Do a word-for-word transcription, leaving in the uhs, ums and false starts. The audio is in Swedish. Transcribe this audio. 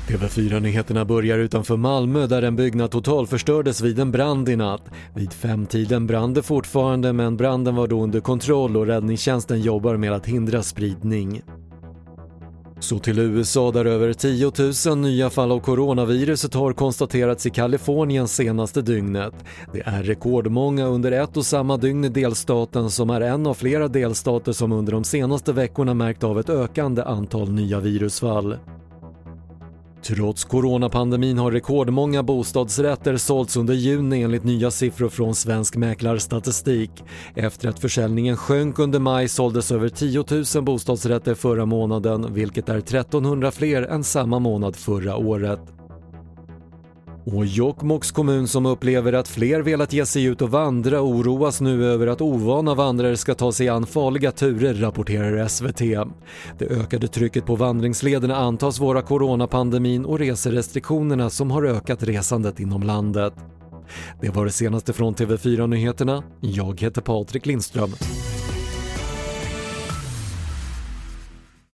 T V fyra-nyheterna börjar utanför Malmö där en byggnad totalförstördes vid en brand i natt. Vid femtiden brann det fortfarande, men branden var då under kontroll och räddningstjänsten jobbar med att hindra spridning. Så till U S A där över tio tusen nya fall av coronaviruset har konstaterats i Kalifornien senaste dygnet. Det är rekordmånga under ett och samma dygn i delstaten som är en av flera delstater som under de senaste veckorna märkt av ett ökande antal nya virusfall. Trots coronapandemin har rekordmånga bostadsrätter sålts under juni enligt nya siffror från Svensk Mäklarstatistik. Efter att försäljningen sjönk under maj såldes över tio tusen bostadsrätter förra månaden, vilket är trettonhundra fler än samma månad förra året. Och Jokkmokks kommun, som upplever att fler velat ge sig ut och vandra, oroas nu över att ovana vandrare ska ta sig an farliga turer, rapporterar S V T. Det ökade trycket på vandringslederna antas vara coronapandemin och reserestriktionerna som har ökat resandet inom landet. Det var det senaste från T V fyra-nyheterna. Jag heter Patrik Lindström.